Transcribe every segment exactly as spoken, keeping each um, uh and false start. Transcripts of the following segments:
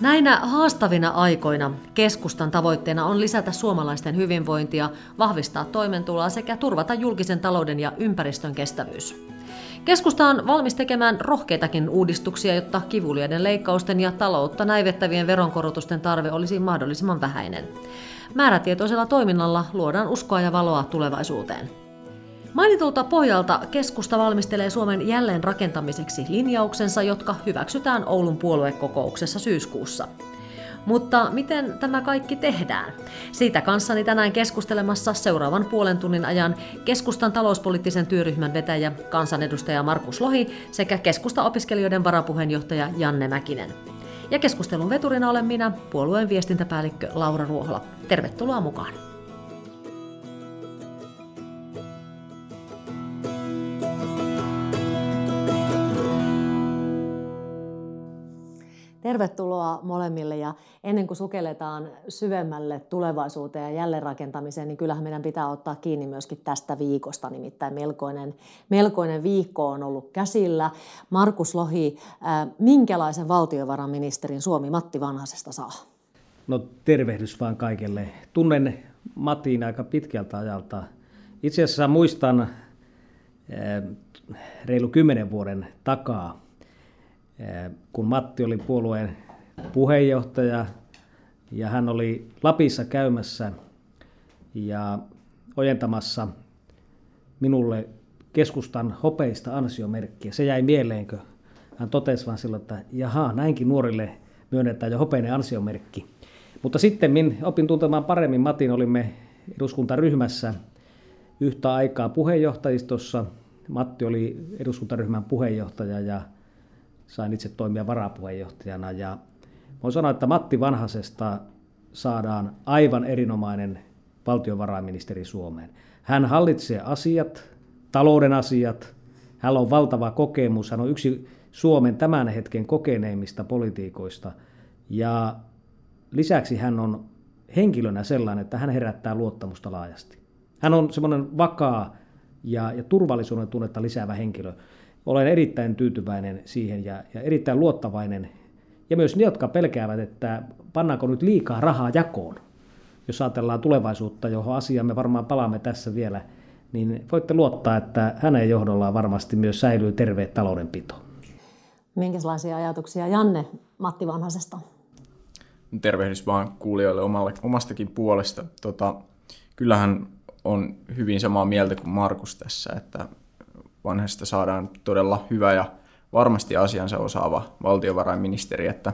Näinä haastavina aikoina keskustan tavoitteena on lisätä suomalaisten hyvinvointia, vahvistaa toimeentuloa sekä turvata julkisen talouden ja ympäristön kestävyys. Keskusta on valmis tekemään rohkeitakin uudistuksia, jotta kivuliaiden leikkausten ja taloutta näivettävien veronkorotusten tarve olisi mahdollisimman vähäinen. Määrätietoisella toiminnalla luodaan uskoa ja valoa tulevaisuuteen. Mainitulta pohjalta keskusta valmistelee Suomen jälleenrakentamiseksi linjauksensa, jotka hyväksytään Oulun puoluekokouksessa syyskuussa. Mutta miten tämä kaikki tehdään? Siitä kanssani tänään keskustelemassa seuraavan puolen tunnin ajan keskustan talouspoliittisen työryhmän vetäjä, kansanedustaja Markus Lohi sekä keskusta-opiskelijoiden varapuheenjohtaja Janne Mäkinen. Ja keskustelun veturina olen minä, puolueen viestintäpäällikkö Laura Ruohola. Tervetuloa mukaan! Tervetuloa molemmille, ja ennen kuin sukelletaan syvemmälle tulevaisuuteen ja jälleenrakentamiseen, niin kyllähän meidän pitää ottaa kiinni myöskin tästä viikosta, nimittäin melkoinen, melkoinen viikko on ollut käsillä. Markus Lohi, äh, minkälaisen valtiovarainministerin Suomi Matti Vanhasesta saa? No tervehdys vaan kaikille. Tunnen Matin aika pitkältä ajalta. Itse asiassa muistan äh, reilu kymmenen vuoden takaa, kun Matti oli puolueen puheenjohtaja ja hän oli Lapissa käymässä ja ojentamassa minulle keskustan hopeista ansiomerkkiä. Se jäi mieleenkö. Hän totesi vaan silloin, että jaha, näinkin nuorille myönnetään jo hopeinen ansiomerkki. Mutta sitten min opin tuntemaan paremmin Matin, olimme eduskuntaryhmässä yhtä aikaa puheenjohtajistossa. Matti oli eduskuntaryhmän puheenjohtaja ja sain itse toimia varapuheenjohtajana, ja voin sanoa, että Matti Vanhasesta saadaan aivan erinomainen valtiovarainministeri Suomeen. Hän hallitsee asiat, talouden asiat, hän on valtava kokemus, hän on yksi Suomen tämän hetken kokeneimmista politiikoista, ja lisäksi hän on henkilönä sellainen, että hän herättää luottamusta laajasti. Hän on semmoinen vakaa ja, ja turvallisuuden tunnetta lisäävä henkilö. Olen erittäin tyytyväinen siihen ja, ja erittäin luottavainen. Ja myös ne, jotka pelkäävät, että pannaanko nyt liikaa rahaa jakoon, jos ajatellaan tulevaisuutta, johon asiaan me varmaan palaamme tässä vielä, niin voitte luottaa, että hänen johdollaan varmasti myös säilyy terveet taloudenpito. Minkälaisia ajatuksia, Janne, Matti Vanhasesta? Tervehdys vaan kuulijoille omalle, omastakin puolesta. Tota, kyllähän on hyvin samaa mieltä kuin Markus tässä, että Vanhasta saadaan todella hyvä ja varmasti asiansa osaava valtiovarainministeri, että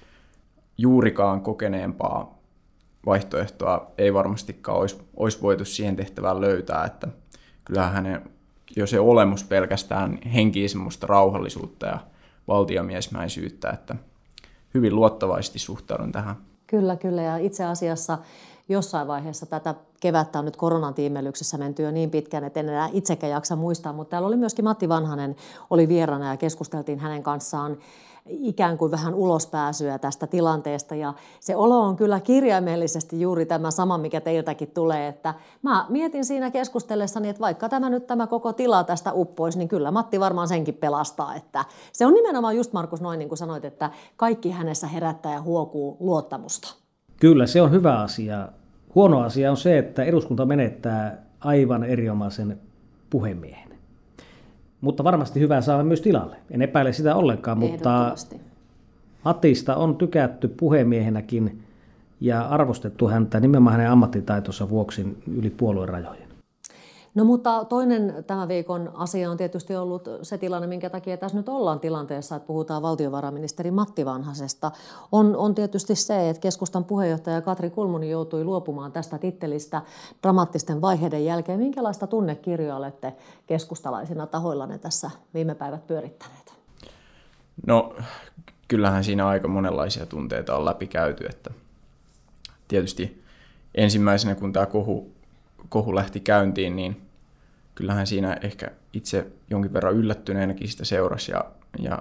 juurikaan kokeneempaa vaihtoehtoa ei varmastikaan olisi, olisi voitu siihen tehtävään löytää, että kyllähän hänen jo se olemus pelkästään henkii semmoista rauhallisuutta ja valtiomiesmäisyyttä, että hyvin luottavaisesti suhtaudun tähän. Kyllä, kyllä, ja itse asiassa jossain vaiheessa tätä kevättä on nyt koronan tiimelyksessä menty jo niin pitkään, että en enää itsekään jaksa muistaa, mutta täällä oli myöskin Matti Vanhanen oli vieraana ja keskusteltiin hänen kanssaan ikään kuin vähän ulospääsyä tästä tilanteesta, ja se olo on kyllä kirjaimellisesti juuri tämä sama, mikä teiltäkin tulee, että mä mietin siinä keskustellessani, että vaikka tämä nyt tämä koko tila tästä uppoisi, niin kyllä Matti varmaan senkin pelastaa, että se on nimenomaan just Markus noin niin kuin sanoit, että kaikki hänessä herättää ja huokuu luottamusta. Kyllä, se on hyvä asia. Huono asia on se, että eduskunta menettää aivan erinomaisen puhemiehen. Mutta varmasti hyvää saada myös tilalle. En epäile sitä ollenkaan, mutta Matista on tykätty puhemiehenäkin ja arvostettu häntä nimenomaan hänen ammattitaitonsa vuoksi yli puoluerajojen. No mutta toinen tämän viikon asia on tietysti ollut se tilanne, minkä takia tässä nyt ollaan tilanteessa, että puhutaan valtiovarainministeri Matti Vanhasesta. On, on tietysti se, että keskustan puheenjohtaja Katri Kulmuni joutui luopumaan tästä tittelistä dramaattisten vaiheiden jälkeen. Minkälaista tunnekirjoa olette keskustalaisina tahoillanne tässä viime päivät pyörittäneet? No kyllähän siinä aika monenlaisia tunteita on läpikäyty, että tietysti ensimmäisenä kun tämä kohu, kohu lähti käyntiin, niin kyllähän siinä ehkä itse jonkin verran yllättyneenäkin sitä seurasi ja, ja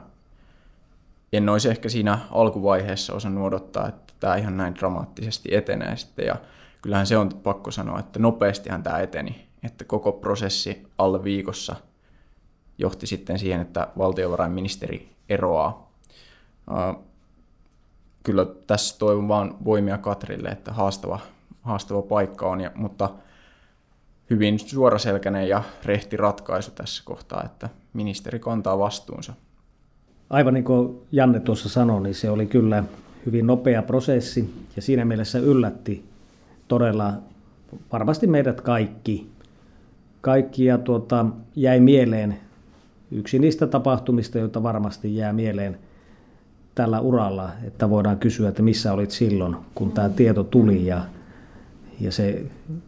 en olisi ehkä siinä alkuvaiheessa osannut odottaa, että tämä ihan näin dramaattisesti etenee sitten ja kyllähän se on pakko sanoa, että nopeastihan tämä eteni, että koko prosessi alle viikossa johti sitten siihen, että valtiovarainministeri eroaa. kyllä tässä toivon vaan voimia Katrille, että haastava, haastava paikka on, ja, mutta hyvin suoraselkäinen ja rehti ratkaisu tässä kohtaa, että ministeri kantaa vastuunsa. Aivan niin kuin Janne tuossa sanoi, niin se oli kyllä hyvin nopea prosessi ja siinä mielessä yllätti todella varmasti meidät kaikki. Kaikki ja tuota, jäi mieleen yksi niistä tapahtumista, joita varmasti jää mieleen tällä uralla, että voidaan kysyä, että missä olit silloin, kun tämä tieto tuli ja, ja se,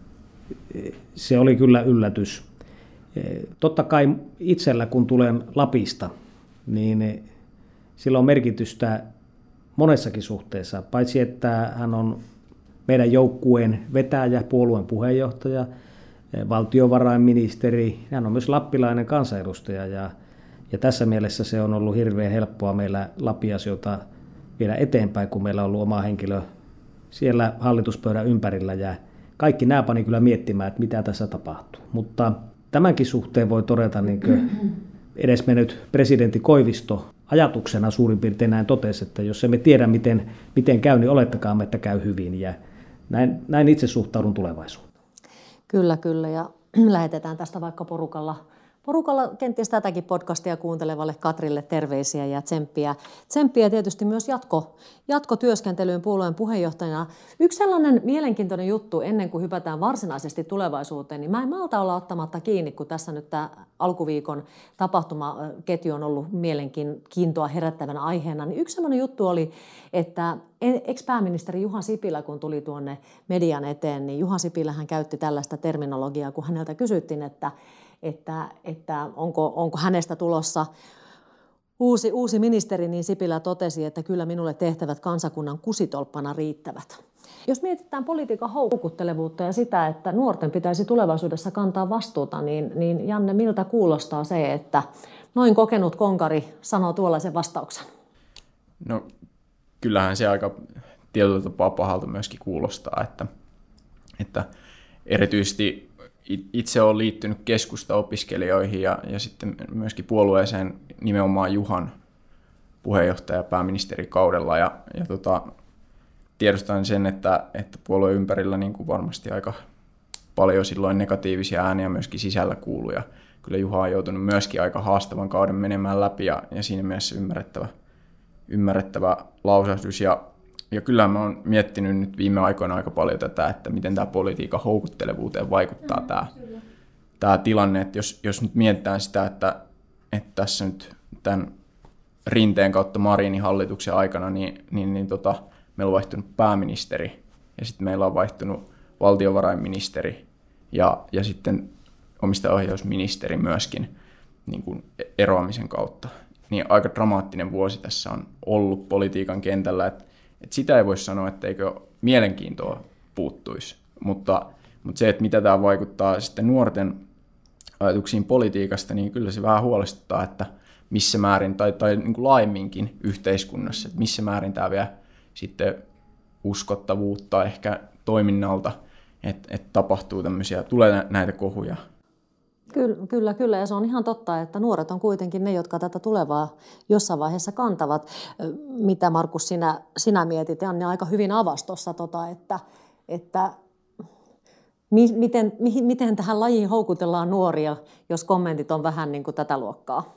se oli kyllä yllätys. Totta kai itsellä, kun tulen Lapista, niin sillä on merkitystä monessakin suhteessa, paitsi että hän on meidän joukkueen vetäjä, puolueen puheenjohtaja, valtiovarainministeri, hän on myös lappilainen kansanedustaja ja, ja tässä mielessä se on ollut hirveän helppoa meillä Lappi-asioita viedä eteenpäin, kun meillä on ollut oma henkilö siellä hallituspöydän ympärillä ja kaikki nämä pani kyllä miettimään, että mitä tässä tapahtuu. Mutta tämänkin suhteen voi todeta, niin kuin edesmennyt presidentti Koivisto ajatuksena suurin piirtein näin totesi, että jos emme tiedä, miten, miten käy, niin olettakaamme, että käy hyvin. Ja näin, näin itse suhtaudun tulevaisuuteen. Kyllä, kyllä. Ja lähetetään tästä vaikka porukalla, porukalla kenties tätäkin podcastia kuuntelevalle Katrille terveisiä ja tsemppiä. Tsemppiä tietysti myös jatko, jatkotyöskentelyyn puolueen puheenjohtajana. Yksi sellainen mielenkiintoinen juttu ennen kuin hypätään varsinaisesti tulevaisuuteen, niin mä en malta olla ottamatta kiinni, kun tässä nyt tämä alkuviikon tapahtumaketju on ollut mielenkiintoa herättävänä aiheena. Niin yksi sellainen juttu oli, että ex-pääministeri Juha Sipilä, kun tuli tuonne median eteen, niin Juha Sipilähän käytti tällaista terminologiaa, kun häneltä kysyttiin, että että, että onko, onko hänestä tulossa uusi, uusi ministeri, niin Sipilä totesi, että kyllä minulle tehtävät kansakunnan kusitolppana riittävät. Jos mietitään politiikan houkuttelevuutta ja sitä, että nuorten pitäisi tulevaisuudessa kantaa vastuuta, niin, niin Janne, miltä kuulostaa se, että noin kokenut konkari sanoo tuollaisen vastauksen? No kyllähän se aika tietyllä tapaa pahalta myöskin kuulostaa, että, että erityisesti itse olen liittynyt keskusta-opiskelijoihin ja, ja sitten myöskin puolueeseen nimenomaan Juhan puheenjohtaja pääministerikaudella. Ja, ja tota, tiedostan sen, että, että puolueen ympärillä niin kuin varmasti aika paljon silloin negatiivisia ääniä myöskin sisällä kuuluu. Ja kyllä Juha on joutunut myöskin aika haastavan kauden menemään läpi ja, ja siinä mielessä ymmärrettävä, ymmärrettävä lausahdus. Ja, Ja kyllä mä oon miettinyt nyt viime aikoina aika paljon tätä, että miten tämä politiikan houkuttelevuuteen vaikuttaa mm, tämä, tämä tilanne. Että jos, jos nyt mietitään sitä, että, että tässä nyt tämän Rinteen kautta Marinin hallituksen aikana, niin, niin, niin tota, meillä on vaihtunut pääministeri ja sitten meillä on vaihtunut valtiovarainministeri ja, ja sitten omistajaohjausministeri myöskin niin kuin eroamisen kautta. Niin aika dramaattinen vuosi tässä on ollut politiikan kentällä, että Et sitä ei voi sanoa, etteikö mielenkiintoa puuttuisi, mutta, mutta se, että mitä tämä vaikuttaa sitten nuorten ajatuksiin politiikasta, niin kyllä se vähän huolestuttaa, että missä määrin, tai, tai niin kuin laajemminkin yhteiskunnassa, että missä määrin tämä vie sitten uskottavuutta ehkä toiminnalta, että, että tapahtuu tämmöisiä, tulee näitä kohuja. Kyllä, kyllä, kyllä, ja se on ihan totta, että nuoret on kuitenkin ne, jotka tätä tulevaa jossain vaiheessa kantavat. Mitä Markus sinä, sinä mietit, Janne aika hyvin avasi tuossa, tota, että, että mi, miten, mi, miten tähän lajiin houkutellaan nuoria, jos kommentit on vähän niin kuin tätä luokkaa?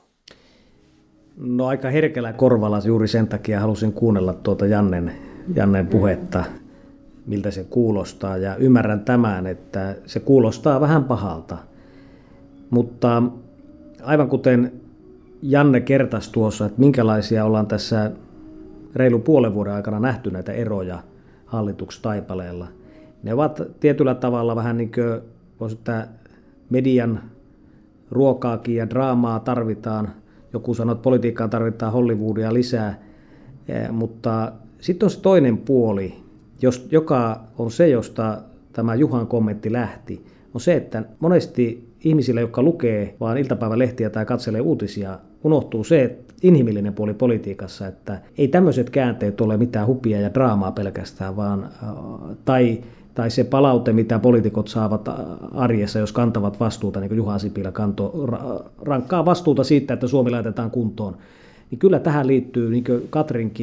No aika herkällä korvalla juuri sen takia halusin kuunnella tuota Jannen, Jannen puhetta, miltä se kuulostaa, ja ymmärrän tämän, että se kuulostaa vähän pahalta. Mutta aivan kuten Janne kertasi tuossa, että minkälaisia ollaan tässä reilu puolen vuoden aikana nähty näitä eroja hallitustaipaleella. Ne ovat tietyllä tavalla vähän niin kuin, voisi että median ruokaakin ja draamaa tarvitaan. Joku sanoo, että politiikkaan tarvitaan Hollywoodia lisää, mutta sitten on se toinen puoli, joka on se, josta tämä Juhan kommentti lähti, on se, että monesti ihmisillä, jotka lukee vaan iltapäivälehtiä tai katselee uutisia, unohtuu se, että inhimillinen puoli politiikassa, että ei tämmöiset käänteet ole mitään hupia ja draamaa pelkästään, vaan, tai, tai se palaute, mitä poliitikot saavat arjessa, jos kantavat vastuuta, niin kuin Juha Sipilä kantoi rankkaa vastuuta siitä, että Suomi laitetaan kuntoon, niin kyllä tähän liittyy niin kuin Katrinkin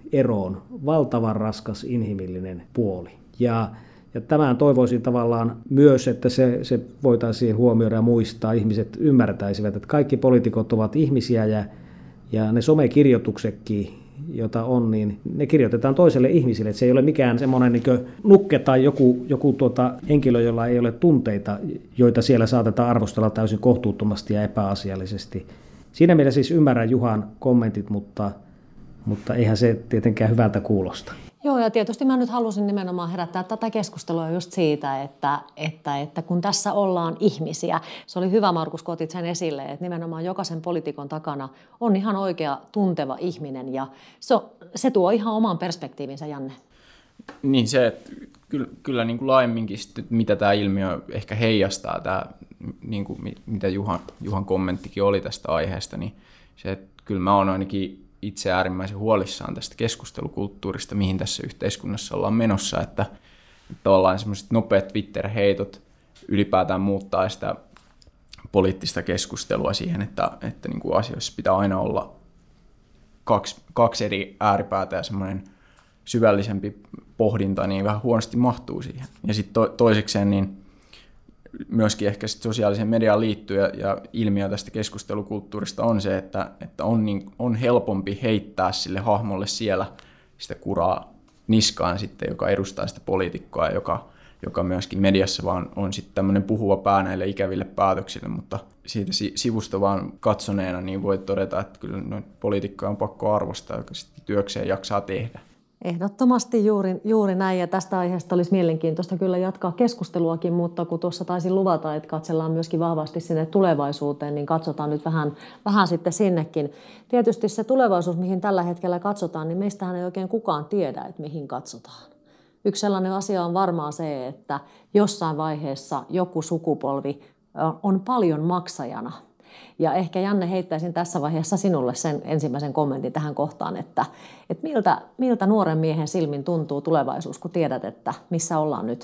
eroon valtavan raskas inhimillinen puoli. Ja, ja tämän toivoisin tavallaan myös, että se, se voitaisiin huomioida ja muistaa, ihmiset ymmärtäisivät, että kaikki poliitikot ovat ihmisiä ja, ja ne somekirjoituksetkin, jota on, niin ne kirjoitetaan toiselle ihmiselle. Että se ei ole mikään semmoinen niin kuin nukke tai joku, joku tuota henkilö, jolla ei ole tunteita, joita siellä saatetaan arvostella täysin kohtuuttomasti ja epäasiallisesti. Siinä mielessä siis ymmärrän Juhan kommentit, mutta, mutta eihän se tietenkään hyvältä kuulosta. Joo, ja tietysti mä nyt halusin nimenomaan herättää tätä keskustelua just siitä, että, että, että kun tässä ollaan ihmisiä, se oli hyvä, Markus, kun otit sen esille, että nimenomaan jokaisen poliitikon takana on ihan oikea tunteva ihminen, ja se, se tuo ihan oman perspektiivinsä, Janne. Niin se, että kyllä, kyllä niin kuin laajemminkin, mitä tämä ilmiö ehkä heijastaa, tämä, niin kuin mitä Juhan, Juhan kommenttikin oli tästä aiheesta, niin se, että kyllä mä oon ainakin itse äärimmäisen huolissaan tästä keskustelukulttuurista, mihin tässä yhteiskunnassa ollaan menossa, että, että ollaan semmoiset nopeat Twitter-heitot ylipäätään muuttaa sitä poliittista keskustelua siihen, että, että niin kuin asioissa pitää aina olla kaksi, kaksi eri ääripäätä ja semmoinen syvällisempi pohdinta, niin vähän huonosti mahtuu siihen. Ja sitten to, toisekseen niin myöskin ehkä sit sosiaaliseen mediaan liittyy ja, ja ilmiö tästä keskustelukulttuurista on se, että, että on, niin, on helpompi heittää sille hahmolle siellä sitä kuraa niskaan sitten, joka edustaa sitä poliitikkoa, joka, joka myöskin mediassa vaan on sitten tämmöinen puhuva pää näille ikäville päätöksille, mutta siitä sivusta vaan katsoneena niin voi todeta, että kyllä noita poliitikkoja on pakko arvostaa, joka sitten työkseen jaksaa tehdä. Ehdottomasti juuri, juuri näin, ja tästä aiheesta olisi mielenkiintoista kyllä jatkaa keskusteluakin, mutta kun tuossa taisin luvata, että katsellaan myöskin vahvasti sinne tulevaisuuteen, niin katsotaan nyt vähän, vähän sitten sinnekin. Tietysti se tulevaisuus, mihin tällä hetkellä katsotaan, niin meistähän ei oikein kukaan tiedä, että mihin katsotaan. Yksi sellainen asia on varmaan se, että jossain vaiheessa joku sukupolvi on paljon maksajana. Ja ehkä Janne heittäisin tässä vaiheessa sinulle sen ensimmäisen kommentin tähän kohtaan, että, että miltä, miltä nuoren miehen silmin tuntuu tulevaisuus, kun tiedät, että missä ollaan nyt?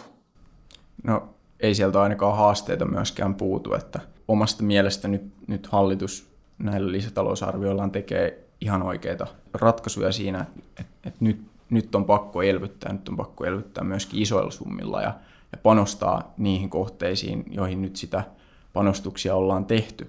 No ei sieltä ainakaan haasteita myöskään puutu, että omasta mielestä nyt, nyt hallitus näillä lisätalousarvioillaan tekee ihan oikeita ratkaisuja siinä, että, että, että nyt, nyt on pakko elvyttää, nyt on pakko elvyttää myöskin isoilla summilla ja, ja panostaa niihin kohteisiin, joihin nyt sitä panostuksia ollaan tehty.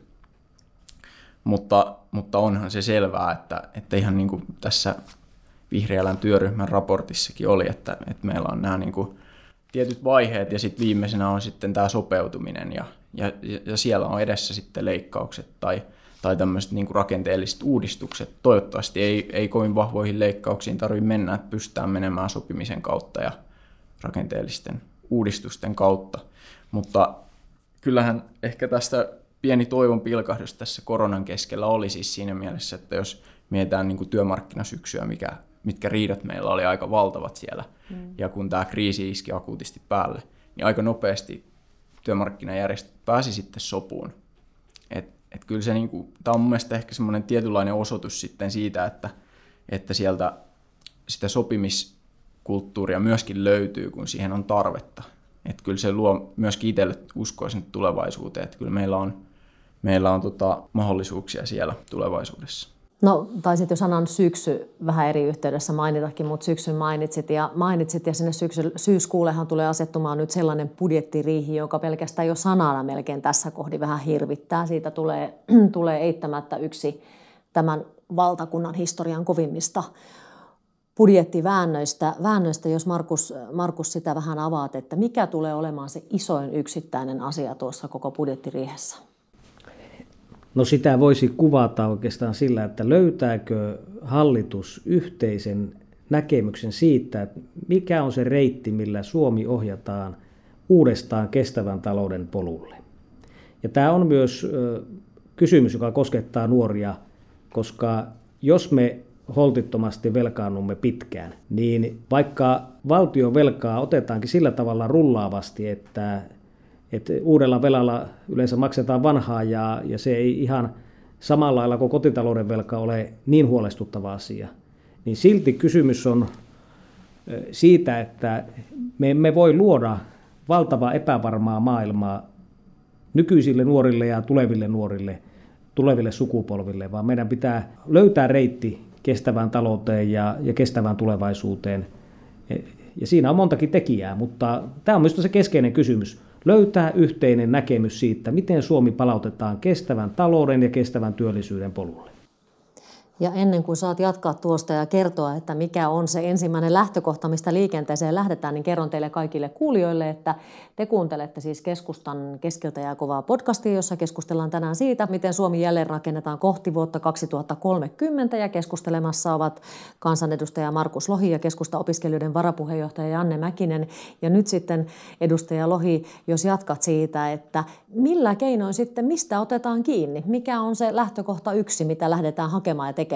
Mutta, mutta onhan se selvää, että, että ihan niin kuin tässä Vihriälän työryhmän raportissakin oli, että, että meillä on nämä niin kuin tietyt vaiheet ja sitten viimeisenä on sitten tämä sopeutuminen ja, ja, ja siellä on edessä sitten leikkaukset tai, tai tämmöiset niin kuin rakenteelliset uudistukset. Toivottavasti ei, ei kovin vahvoihin leikkauksiin tarvitse mennä, että pystytään menemään sopimisen kautta ja rakenteellisten uudistusten kautta. Mutta kyllähän ehkä tästä pieni toivon pilkahdus tässä koronan keskellä oli siis siinä mielessä, että jos mietitään niin kuin työmarkkinasyksyä, mikä, mitkä riidat meillä oli aika valtavat siellä, mm. ja kun tämä kriisi iski akuutisti päälle, niin aika nopeasti työmarkkinajärjestöt pääsi sitten sopuun. Et, et kyllä se, niin kuin, tämä on mun mielestä ehkä semmoinen tietynlainen osoitus sitten siitä, että, että sieltä sitä sopimiskulttuuria myöskin löytyy, kun siihen on tarvetta. Että kyllä se luo myöskin itselle uskoa sinne tulevaisuuteen, että kyllä meillä on, meillä on tota, mahdollisuuksia siellä tulevaisuudessa. No taisit jo sanan syksy vähän eri yhteydessä mainitakin, mutta syksyn mainitsit ja mainitsit ja sinne syksy, syyskuullehan tulee asettumaan nyt sellainen budjettiriihi, joka pelkästään jo sanana melkein tässä kohdin vähän hirvittää. Siitä tulee, tulee eittämättä yksi tämän valtakunnan historian kovimmista budjettiväännöistä, väännöistä, jos Markus, Markus sitä vähän avaat, että mikä tulee olemaan se isoin yksittäinen asia tuossa koko budjettiriihessä? No sitä voisi kuvata oikeastaan sillä, että löytääkö hallitus yhteisen näkemyksen siitä, että mikä on se reitti, millä Suomi ohjataan uudestaan kestävän talouden polulle. Ja tämä on myös kysymys, joka koskettaa nuoria, koska jos me holtittomasti velkaannumme pitkään, niin vaikka valtion velkaa otetaankin sillä tavalla rullaavasti, että, että uudella velalla yleensä maksetaan vanhaa ja, ja se ei ihan samalla lailla kuin kotitalouden velka ole niin huolestuttava asia, niin silti kysymys on siitä, että me emme voi luoda valtavaa epävarmaa maailmaa nykyisille nuorille ja tuleville nuorille, tuleville sukupolville, vaan meidän pitää löytää reitti kestävään talouteen ja, ja kestävään tulevaisuuteen. Ja siinä on montakin tekijää, mutta tämä on minusta se keskeinen kysymys. Löytää yhteinen näkemys siitä, miten Suomi palautetaan kestävän talouden ja kestävän työllisyyden polulle. Ja ennen kuin saat jatkaa tuosta ja kertoa, että mikä on se ensimmäinen lähtökohta, mistä liikenteeseen lähdetään, niin kerron teille kaikille kuulijoille, että te kuuntelette siis Keskustan Keskeltä ja kovaa podcastia, jossa keskustellaan tänään siitä, miten Suomi jälleen rakennetaan kohti vuotta kaksituhattakolmekymmentä, ja keskustelemassa ovat kansanedustaja Markus Lohi ja keskustaopiskelijoiden varapuheenjohtaja Janne Mäkinen. Ja nyt sitten edustaja Lohi, jos jatkat siitä, että millä keinoin sitten, mistä otetaan kiinni? Mikä on se lähtökohta yksi, mitä lähdetään hakemaan ja tekemään?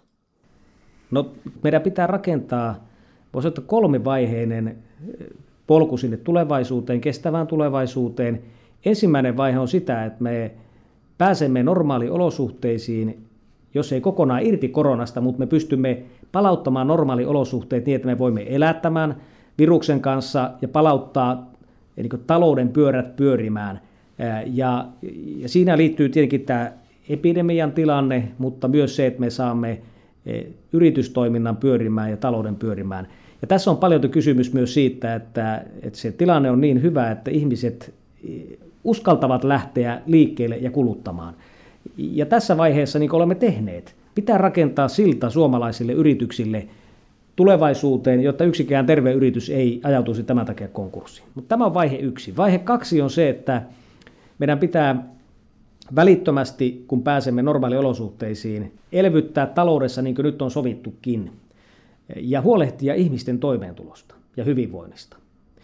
No, meidän pitää rakentaa, voisi ottaa kolmivaiheinen polku sinne tulevaisuuteen, kestävään tulevaisuuteen. Ensimmäinen vaihe on sitä, että me pääsemme normaaliolosuhteisiin, jos ei kokonaan irti koronasta, mutta me pystymme palauttamaan normaaliolosuhteet niin, että me voimme elää tämän viruksen kanssa ja palauttaa eli talouden pyörät pyörimään. Ja, ja siinä liittyy tietenkin tämä epidemian tilanne, mutta myös se, että me saamme yritystoiminnan pyörimään ja talouden pyörimään. Ja tässä on paljon kysymys myös siitä, että, että se tilanne on niin hyvä, että ihmiset uskaltavat lähteä liikkeelle ja kuluttamaan. Ja tässä vaiheessa, niin kuin olemme tehneet, pitää rakentaa silta suomalaisille yrityksille tulevaisuuteen, jotta yksikään terve yritys ei ajautuisi tämän takia konkurssiin. Mutta tämä on vaihe yksi. Vaihe kaksi on se, että meidän pitää välittömästi, kun pääsemme normaaliolosuhteisiin, elvyttää taloudessa niin kuin nyt on sovittukin ja huolehtia ihmisten toimeentulosta ja hyvinvoinnista.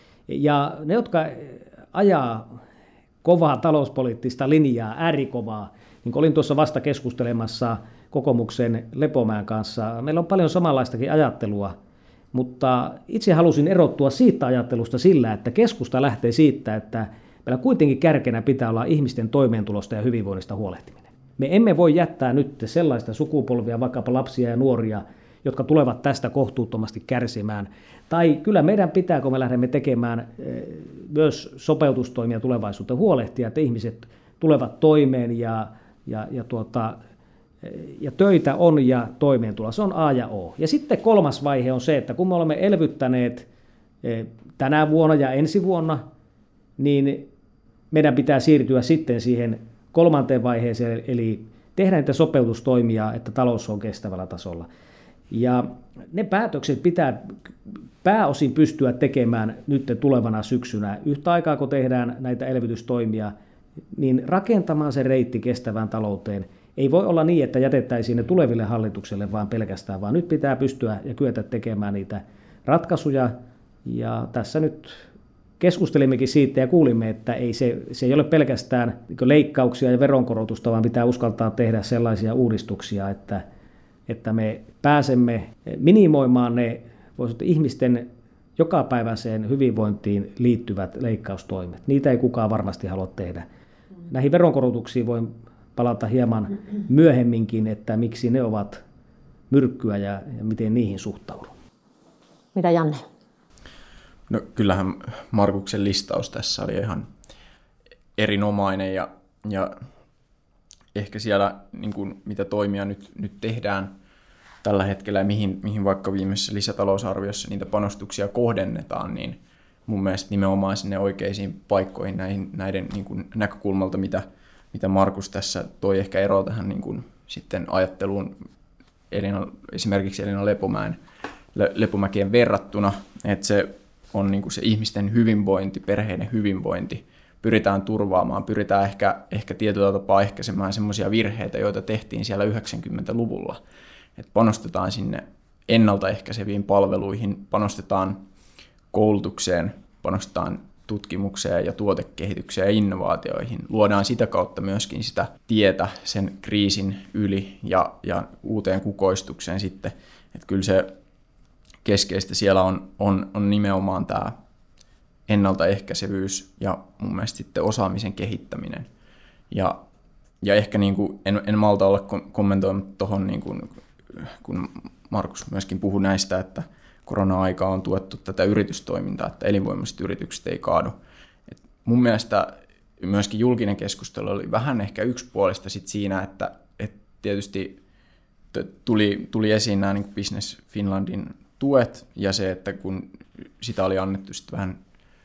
Ja ne, jotka ajaa kovaa talouspoliittista linjaa, äärikovaa, niin kuin olin tuossa vasta keskustelemassa kokoomuksen Lepomäen kanssa, meillä on paljon samanlaistakin ajattelua, mutta itse halusin erottua siitä ajattelusta sillä, että keskusta lähtee siitä, että meillä kuitenkin kärkenä pitää olla ihmisten toimeentulosta ja hyvinvoinnista huolehtiminen. Me emme voi jättää nyt sellaista sukupolvia, vaikkapa lapsia ja nuoria, jotka tulevat tästä kohtuuttomasti kärsimään. Tai kyllä meidän pitää, kun me lähdemme tekemään myös sopeutustoimia tulevaisuuteen, huolehtia, että ihmiset tulevat toimeen ja, ja, ja, tuota, ja töitä on ja toimeentuloa. Se on A ja O. Ja sitten kolmas vaihe on se, että kun me olemme elvyttäneet tänä vuonna ja ensi vuonna, niin meidän pitää siirtyä sitten siihen kolmanteen vaiheeseen, eli tehdä niitä sopeutustoimia, että talous on kestävällä tasolla. Ja ne päätökset pitää pääosin pystyä tekemään nyt tulevana syksynä. Yhtä aikaa, kun tehdään näitä elvytystoimia, niin rakentamaan se reitti kestävään talouteen. Ei voi olla niin, että jätettäisiin ne tuleville hallitukselle vaan pelkästään, vaan nyt pitää pystyä ja kyetä tekemään niitä ratkaisuja. Ja tässä nyt keskustelimmekin siitä ja kuulimme, että ei se, se ei ole pelkästään leikkauksia ja veronkorotusta, vaan pitää uskaltaa tehdä sellaisia uudistuksia, että, että me pääsemme minimoimaan ne voisi sanoa, ihmisten jokapäiväiseen hyvinvointiin liittyvät leikkaustoimet. Niitä ei kukaan varmasti halua tehdä. Näihin veronkorotuksiin voin palata hieman myöhemminkin, että miksi ne ovat myrkkyä ja, ja miten niihin suhtaudun. Mitä Janne? No kyllähän Markuksen listaus tässä oli ihan erinomainen ja, ja ehkä siellä niin kuin, mitä toimia nyt, nyt tehdään tällä hetkellä ja mihin, mihin vaikka viimeisessä lisätalousarviossa niitä panostuksia kohdennetaan, niin mun mielestä nimenomaan sinne oikeisiin paikkoihin näihin, näiden niin kuin näkökulmalta, mitä, mitä Markus tässä toi ehkä eroa tähän niin kuin, sitten ajatteluun Elina, esimerkiksi Elina Lepomäen, Lepomäkien verrattuna, että se on niin kuin se ihmisten hyvinvointi, perheiden hyvinvointi, pyritään turvaamaan, pyritään ehkä, ehkä tietyllä tapaa ehkäisemään semmoisia virheitä, joita tehtiin siellä yhdeksänkymmentäluvulla. Et panostetaan sinne ennaltaehkäiseviin palveluihin, panostetaan koulutukseen, panostetaan tutkimukseen ja tuotekehitykseen ja innovaatioihin. Luodaan sitä kautta myöskin sitä tietä sen kriisin yli ja, ja uuteen kukoistukseen sitten. Et kyllä se keskeistä siellä on, on, on nimenomaan tämä ennaltaehkäisevyys ja mun mielestä sitten osaamisen kehittäminen. Ja, ja ehkä niin kuin en, en malta olla kommentoimatta tuohon, niin kuin, kun Markus myöskin puhui näistä, että korona-aikaa on tuettu tätä yritystoimintaa, että elinvoimaiset yritykset ei kaadu. Et mun mielestä myöskin julkinen keskustelu oli vähän ehkä yksipuolista sit siinä, että et tietysti tuli, tuli esiin nämä niin kuin Business Finlandin tuet ja se, että kun sitä oli annettu sitten vähän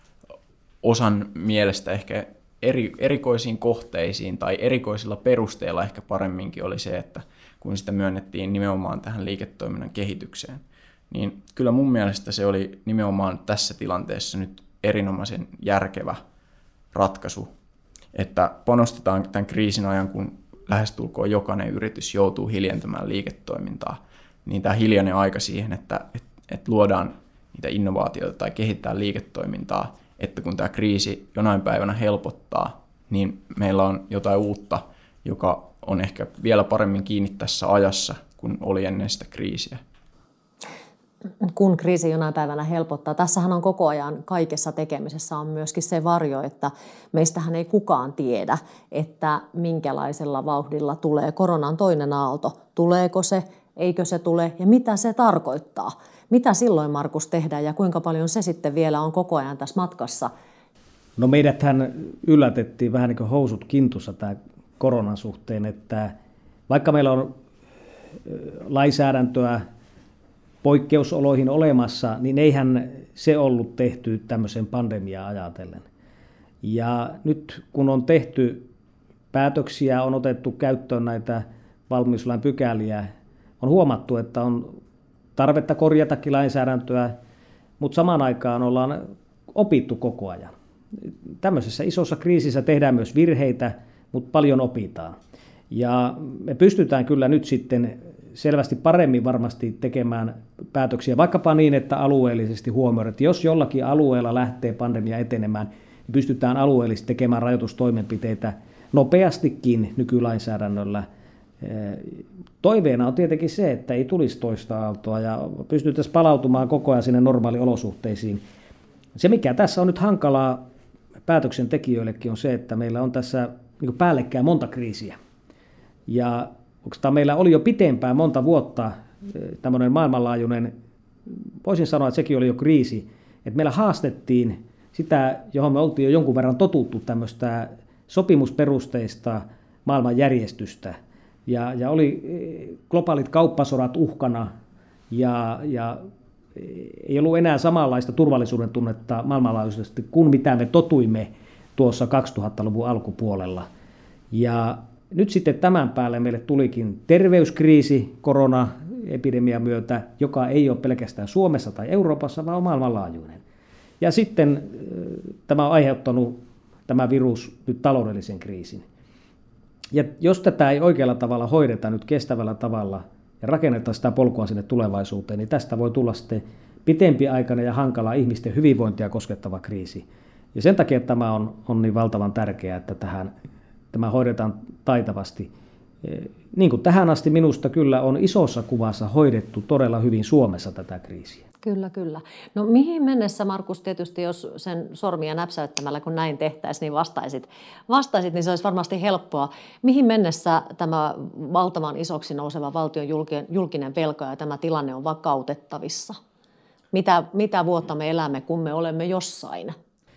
osan mielestä ehkä eri, erikoisiin kohteisiin tai erikoisilla perusteilla ehkä paremminkin oli se, että kun sitä myönnettiin nimenomaan tähän liiketoiminnan kehitykseen, niin kyllä mun mielestä se oli nimenomaan tässä tilanteessa nyt erinomaisen järkevä ratkaisu, että panostetaan tämän kriisin ajan, kun lähestulkoon jokainen yritys joutuu hiljentämään liiketoimintaa, niin tämä hiljainen aika siihen, että, että, että luodaan niitä innovaatioita tai kehittää liiketoimintaa, että kun tämä kriisi jonain päivänä helpottaa, niin meillä on jotain uutta, joka on ehkä vielä paremmin kiinni tässä ajassa, kun oli ennen sitä kriisiä. Kun kriisi jonain päivänä helpottaa. Tässähän on koko ajan kaikessa tekemisessä on myöskin se varjo, että meistähän ei kukaan tiedä, että minkälaisella vauhdilla tulee koronan toinen aalto. Tuleeko se, eikö se tule ja mitä se tarkoittaa? Mitä silloin, Markus, tehdään ja kuinka paljon se sitten vielä on koko ajan tässä matkassa? No meidäthän yllätettiin vähän niin kuin housut kintussa tämä koronan suhteen, että vaikka meillä on lainsäädäntöä poikkeusoloihin olemassa, niin eihän se ollut tehty tämmöisen pandemiaa ajatellen. Ja nyt kun on tehty päätöksiä, on otettu käyttöön näitä valmiuslain pykäliä, on huomattu, että on tarvetta korjatakin lainsäädäntöä, mutta samaan aikaan ollaan opittu koko ajan. Tämmöisessä isossa kriisissä tehdään myös virheitä, mutta paljon opitaan. Ja me pystytään kyllä nyt sitten selvästi paremmin varmasti tekemään päätöksiä, vaikkapa niin, että alueellisesti huomioidaan, että jos jollakin alueella lähtee pandemia etenemään, niin pystytään alueellisesti tekemään rajoitustoimenpiteitä nopeastikin nykylainsäädännöllä. Toiveena on tietenkin se, että ei tulisi toista aaltoa ja pystyttäisiin palautumaan koko ajan sinne normaaliolosuhteisiin. Se, mikä tässä on nyt hankalaa päätöksentekijöillekin, on se, että meillä on tässä niin kuin päällekkäin monta kriisiä. Ja oikeastaan meillä oli jo pitempään monta vuotta tämmöinen maailmanlaajuinen, voisin sanoa, että sekin oli jo kriisi, että meillä haastettiin sitä, johon me oltiin jo jonkun verran totuttu tämmöistä sopimusperusteista maailmanjärjestystä. Ja, ja oli globaalit kauppasodat uhkana ja, ja ei ollut enää samanlaista turvallisuuden tunnetta maailmanlaajuisesti kuin mitä me totuimme tuossa kaksituhattaluvun alkupuolella. Ja nyt sitten tämän päälle meille tulikin terveyskriisi koronaepidemian myötä, joka ei ole pelkästään Suomessa tai Euroopassa, vaan on maailmanlaajuinen. Ja sitten tämä on aiheuttanut tämä virus nyt taloudellisen kriisin. Ja jos tätä ei oikealla tavalla hoideta nyt kestävällä tavalla ja rakennetaan sitä polkua sinne tulevaisuuteen, niin tästä voi tulla sitten pitempiaikainen ja hankala ihmisten hyvinvointia koskettava kriisi. Ja sen takia tämä on, on niin valtavan tärkeää, että tähän, tämä hoidetaan taitavasti. Niin kuin tähän asti minusta kyllä on isossa kuvassa hoidettu todella hyvin Suomessa tätä kriisiä. Kyllä, kyllä. No mihin mennessä, Markus, tietysti jos sen sormia näpsäyttämällä, kun näin tehtäisiin, niin vastaisit, vastaisit, niin se olisi varmasti helppoa. Mihin mennessä tämä valtavan isoksi nouseva valtion julkinen velka ja tämä tilanne on vakautettavissa? Mitä, mitä vuotta me elämme, kun me olemme jossain?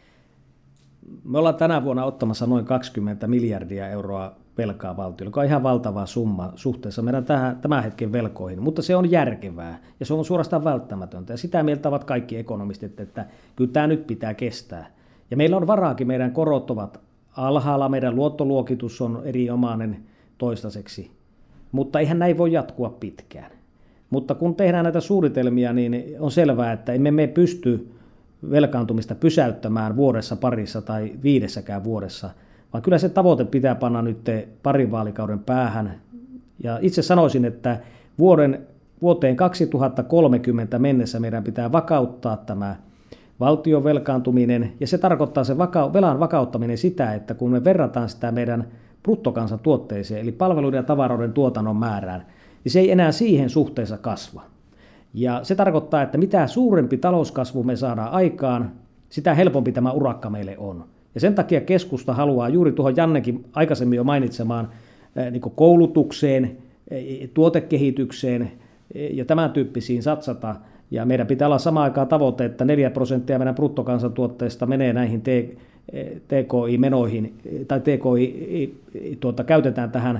Me ollaan tänä vuonna ottamassa noin kaksikymmentä miljardia euroa velkaa valtiolle, joka on ihan valtava summa suhteessa meidän tähän, tämän hetken velkoihin, mutta se on järkevää ja se on suorastaan välttämätöntä. Ja sitä mieltä ovat kaikki ekonomistit, että kyllä tämä nyt pitää kestää. Ja meillä on varaakin, meidän korot ovat alhaalla, meidän luottoluokitus on erinomainen toistaiseksi, mutta eihän näin voi jatkua pitkään. Mutta kun tehdään näitä suunnitelmia, niin on selvää, että emme me pysty velkaantumista pysäyttämään vuodessa, parissa tai viidessäkään vuodessa, vaan kyllä se tavoite pitää panna nyt parin vaalikauden päähän. Ja itse sanoisin, että vuoden, vuoteen kaksituhattakolmekymmentä mennessä meidän pitää vakauttaa tämä valtion velkaantuminen, ja se tarkoittaa se vaka- velan vakauttaminen sitä, että kun me verrataan sitä meidän bruttokansantuotteeseen, eli palveluiden ja tavaroiden tuotannon määrään, niin se ei enää siihen suhteessa kasva. Ja se tarkoittaa, että mitä suurempi talouskasvu me saadaan aikaan, sitä helpompi tämä urakka meille on. Ja sen takia keskusta haluaa juuri tuohon Jannekin aikaisemmin jo mainitsemaan niin kuin koulutukseen, tuotekehitykseen ja tämän tyyppisiin satsata. Ja meidän pitää olla samaan aikaan tavoite, että neljä prosenttia meidän bruttokansantuotteesta menee näihin T K I-menoihin, tai T K I tuota, käytetään tähän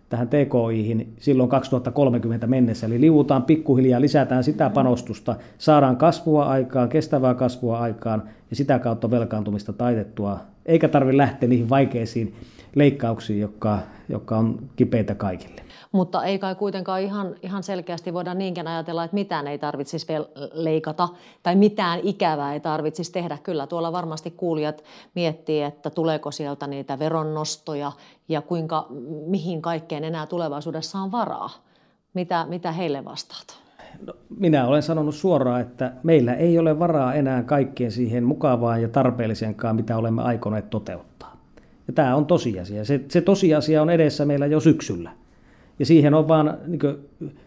tähän T K I:hin silloin kaksituhattakolmekymmentä mennessä. Eli liuutaan pikkuhiljaa, lisätään sitä panostusta, saadaan kasvua aikaan, kestävää kasvua aikaan ja sitä kautta velkaantumista taitettua, eikä tarvitse lähteä niihin vaikeisiin leikkauksiin, jotka, jotka on kipeitä kaikille. Mutta ei kai kuitenkaan ihan, ihan selkeästi voida niinkään ajatella, että mitään ei tarvitsisi leikata tai mitään ikävää ei tarvitsisi tehdä. Kyllä tuolla varmasti kuulijat miettii, että tuleeko sieltä niitä veronnostoja ja kuinka, mihin kaikkeen enää tulevaisuudessa on varaa. Mitä, mitä heille vastaat? No, minä olen sanonut suoraan, että meillä ei ole varaa enää kaikkeen siihen mukavaan ja tarpeelliseenkaan, mitä olemme aikoneet toteuttaa. Ja tämä on tosiasia. Se, se tosiasia on edessä meillä jo syksyllä. Ja siihen on vaan niin kuin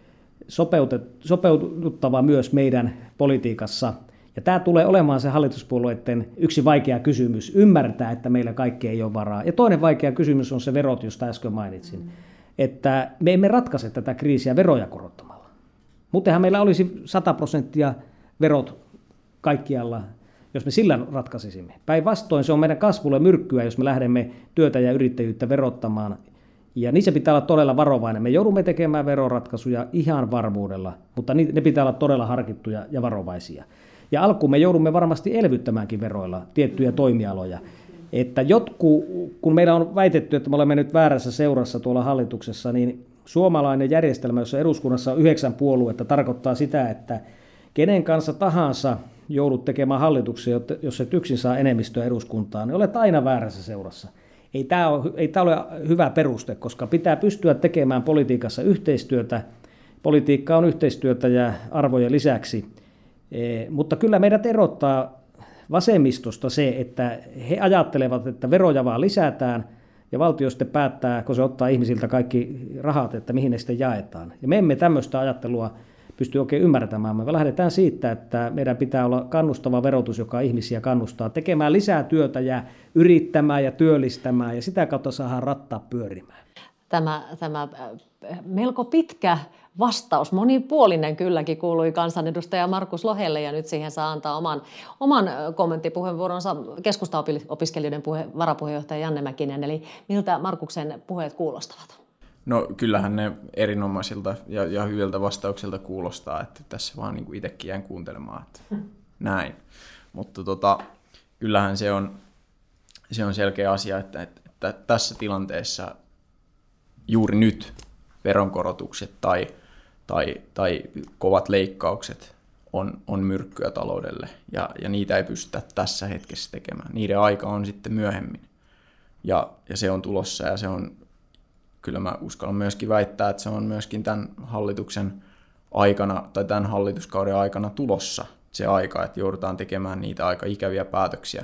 sopeuduttava myös meidän politiikassa. Ja tämä tulee olemaan se hallituspuolueiden yksi vaikea kysymys, ymmärtää, että meillä kaikki ei ole varaa. Ja toinen vaikea kysymys on se verot, josta äsken mainitsin. Mm. Että me emme ratkaise tätä kriisiä veroja korottamalla. Muutenhan meillä olisi sata prosenttia verot kaikkialla, jos me sillä ratkaisisimme. Päinvastoin se on meidän kasvulle myrkkyä, jos me lähdemme työtä ja yrittäjyyttä verottamaan. Ja niissä pitää olla todella varovainen. Me joudumme tekemään veroratkaisuja ihan varmuudella, mutta ne pitää olla todella harkittuja ja varovaisia. Ja alkuun me joudumme varmasti elvyttämäänkin veroilla tiettyjä toimialoja. Että jotkut, kun meillä on väitetty, että me olemme nyt väärässä seurassa tuolla hallituksessa, niin suomalainen järjestelmä, jossa eduskunnassa on yhdeksän puoluetta, tarkoittaa sitä, että kenen kanssa tahansa joudut tekemään hallituksia, jos et yksin saa enemmistöä eduskuntaan, niin olet aina väärässä seurassa. Ei tämä ole, ei tämä ole hyvä peruste, koska pitää pystyä tekemään politiikassa yhteistyötä. Politiikka on yhteistyötä ja arvojen lisäksi. E, mutta kyllä meidät erottaa vasemmistosta se, että he ajattelevat, että veroja vaan lisätään ja valtio sitten päättää, kun se ottaa ihmisiltä kaikki rahat, että mihin ne sitten jaetaan. Ja me emme tämmöistä ajattelua pysty oikein ymmärtämään. Me lähdetään siitä, että meidän pitää olla kannustava verotus, joka ihmisiä kannustaa tekemään lisää työtä ja yrittämään ja työllistämään ja sitä kautta saadaan rattaa pyörimään. Tämä, tämä melko pitkä vastaus, monipuolinen kylläkin, kuului kansanedustaja Markus Lohelle ja nyt siihen saa antaa oman, oman kommenttipuheenvuoronsa keskustaopiskelijoiden puhe, varapuheenjohtaja Janne Mäkinen. Eli miltä Markuksen puheet kuulostavat? No kyllähän ne erinomaisilta ja, ja hyviltä vastauksilta kuulostaa, että tässä vaan niin kuin itsekin jäin kuuntelemaan, että hmm. näin. Mutta tota, kyllähän se on, se on selkeä asia, että, että, että tässä tilanteessa juuri nyt veronkorotukset tai, tai, tai kovat leikkaukset on, on myrkkyä taloudelle ja, ja niitä ei pystytä tässä hetkessä tekemään. Niiden aika on sitten myöhemmin ja, ja se on tulossa ja se on kyllä mä uskallan myöskin väittää, että se on myöskin tämän hallituksen aikana tai tämän hallituskauden aikana tulossa se aika, että joudutaan tekemään niitä aika ikäviä päätöksiä.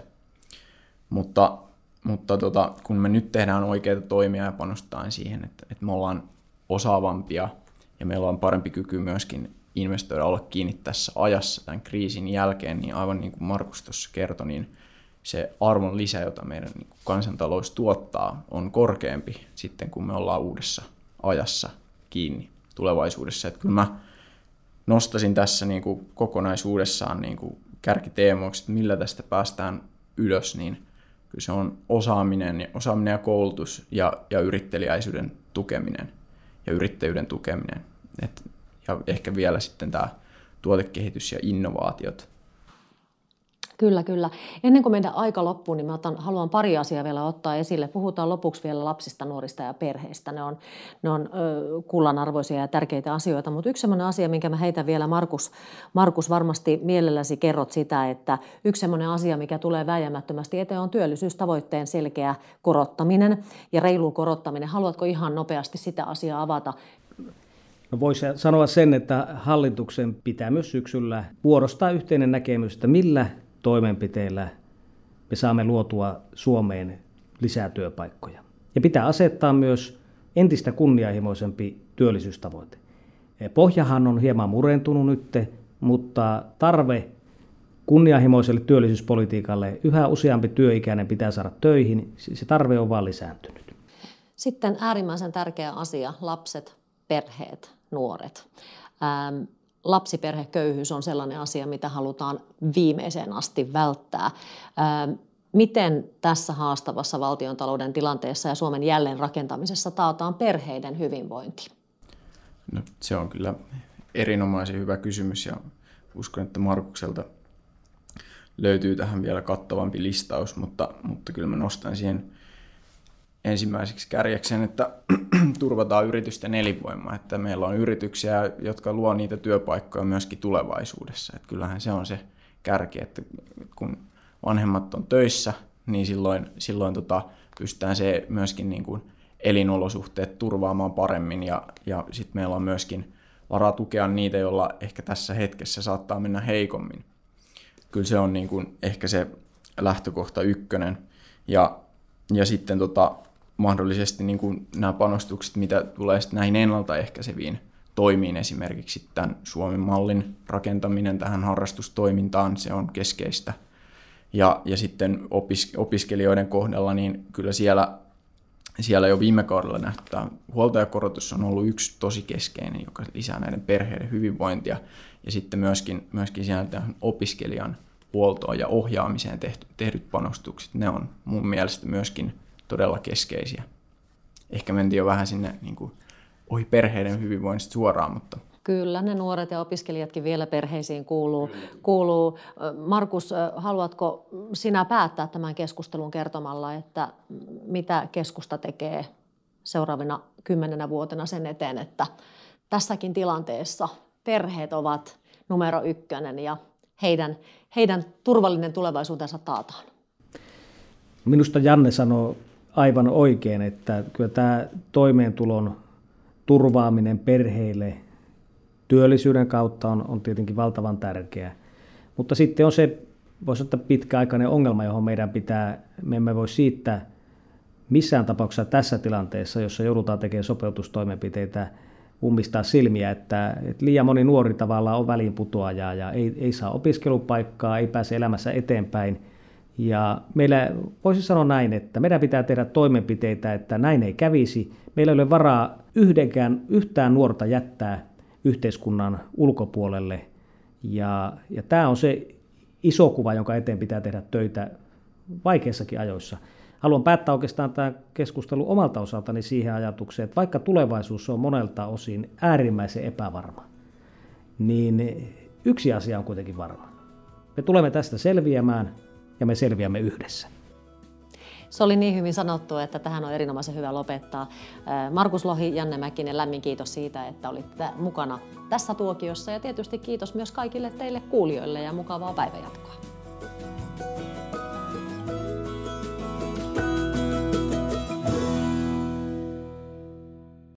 Mutta, mutta tota, kun me nyt tehdään oikeita toimia ja panostetaan siihen, että, että me ollaan osaavampia ja meillä on parempi kyky myöskin investoida olla kiinni tässä ajassa tämän kriisin jälkeen, niin aivan niin kuin Markus tuossa kertoi, niin se arvon lisä, jota meidän niin kuin kansantalous tuottaa, on korkeampi sitten, kun me ollaan uudessa ajassa kiinni tulevaisuudessa. Että kyllä mä nostaisin tässä niin kuin kokonaisuudessaan niin kuin kärkiteemoiksi, että millä tästä päästään ylös, niin kyllä se on osaaminen, osaaminen ja koulutus ja, ja yritteliäisyyden tukeminen ja yrittäjyyden tukeminen. Et, ja ehkä vielä sitten tämä tuotekehitys ja innovaatiot. Kyllä, kyllä. Ennen kuin meidän aika loppuu, niin mä otan, haluan pari asiaa vielä ottaa esille. Puhutaan lopuksi vielä lapsista, nuorista ja perheistä. Ne on, ne on ö, kullanarvoisia ja tärkeitä asioita, mutta yksi sellainen asia, minkä mä heitän vielä, Markus, Markus varmasti mielelläsi kerrot sitä, että yksi sellainen asia, mikä tulee vääjäämättömästi eteen, on työllisyystavoitteen selkeä korottaminen ja reilu korottaminen. Haluatko ihan nopeasti sitä asiaa avata? No voisi sanoa sen, että hallituksen pitää myös syksyllä muodostaa yhteinen näkemys, että millä toimenpiteillä me saamme luotua Suomeen lisää työpaikkoja. Ja pitää asettaa myös entistä kunnianhimoisempi työllisyystavoite. Pohjahan on hieman murentunut nyt, mutta tarve kunnianhimoiselle työllisyyspolitiikalle, yhä useampi työikäinen pitää saada töihin, se tarve on vaan lisääntynyt. Sitten äärimmäisen tärkeä asia, lapset, perheet, nuoret. Ähm, lapsiperheköyhyys on sellainen asia, mitä halutaan viimeiseen asti välttää. Ähm, Miten tässä haastavassa valtiontalouden tilanteessa ja Suomen jälleenrakentamisessa taataan perheiden hyvinvointi? No, se on kyllä erinomaisen hyvä kysymys ja uskon, että Markukselta löytyy tähän vielä kattavampi listaus, mutta, mutta kyllä mä nostan siihen ensimmäiseksi kärjeksen, että turvataan yritysten elinvoimaa, että meillä on yrityksiä, jotka luo niitä työpaikkoja myöskin tulevaisuudessa. Että kyllähän se on se kärki, että kun vanhemmat on töissä, niin silloin, silloin tota, pystytään se myöskin niin kuin elinolosuhteet turvaamaan paremmin ja, ja sitten meillä on myöskin varaa tukea niitä, joilla ehkä tässä hetkessä saattaa mennä heikommin. Kyllä se on niin kuin ehkä se lähtökohta ykkönen ja, ja sitten tota, mahdollisesti niin kuin nämä panostukset, mitä tulee sitten näihin ennaltaehkäiseviin toimiin, esimerkiksi tämän Suomen mallin rakentaminen tähän harrastustoimintaan, se on keskeistä. Ja, ja sitten opis, opiskelijoiden kohdalla, niin kyllä siellä, siellä jo viime kaudella nähty tämä huoltajakorotus on ollut yksi tosi keskeinen, joka lisää näiden perheiden hyvinvointia. Ja sitten myöskin, myöskin siellä opiskelijan huoltoon ja ohjaamiseen tehty, tehdyt panostukset, ne on mun mielestä myöskin todella keskeisiä. Ehkä mentiin jo vähän sinne niin kuin ohi perheiden hyvinvoinnista suoraan, mutta... Kyllä, ne nuoret ja opiskelijatkin vielä perheisiin kuuluu. kuuluu. Markus, haluatko sinä päättää tämän keskustelun kertomalla, että mitä keskusta tekee seuraavina kymmenenä vuotena sen eteen, että tässäkin tilanteessa perheet ovat numero ykkönen ja heidän, heidän turvallinen tulevaisuutensa taataan? Minusta Janne sanoi aivan oikein, että kyllä tämä toimeentulon turvaaminen perheille työllisyyden kautta on, on tietenkin valtavan tärkeä. Mutta sitten on se, voisi sanoa, pitkäaikainen ongelma, johon meidän pitää, me emme voi siitä missään tapauksessa tässä tilanteessa, jossa joudutaan tekemään sopeutustoimenpiteitä, ummistaa silmiä, että, että liian moni nuori tavallaan on väliinputoaja ja ei, ei saa opiskelupaikkaa, ei pääse elämässä eteenpäin. Ja meillä voisi sanoa näin, että meidän pitää tehdä toimenpiteitä, että näin ei kävisi. Meillä ei ole varaa yhdenkään, yhtään nuorta jättää yhteiskunnan ulkopuolelle. Ja, ja tämä on se iso kuva, jonka eteen pitää tehdä töitä vaikeissakin ajoissa. Haluan päättää oikeastaan tämän keskustelun omalta osaltani siihen ajatukseen, että vaikka tulevaisuus on monelta osin äärimmäisen epävarma, niin yksi asia on kuitenkin varma. Me tulemme tästä selviämään ja me selviämme yhdessä. Se oli niin hyvin sanottu, että tähän on erinomaisen hyvä lopettaa. Markus Lohi, Janne Mäkinen, lämmin kiitos siitä, että olitte mukana tässä tuokiossa ja tietysti kiitos myös kaikille teille kuulijoille ja mukavaa päivänjatkoa.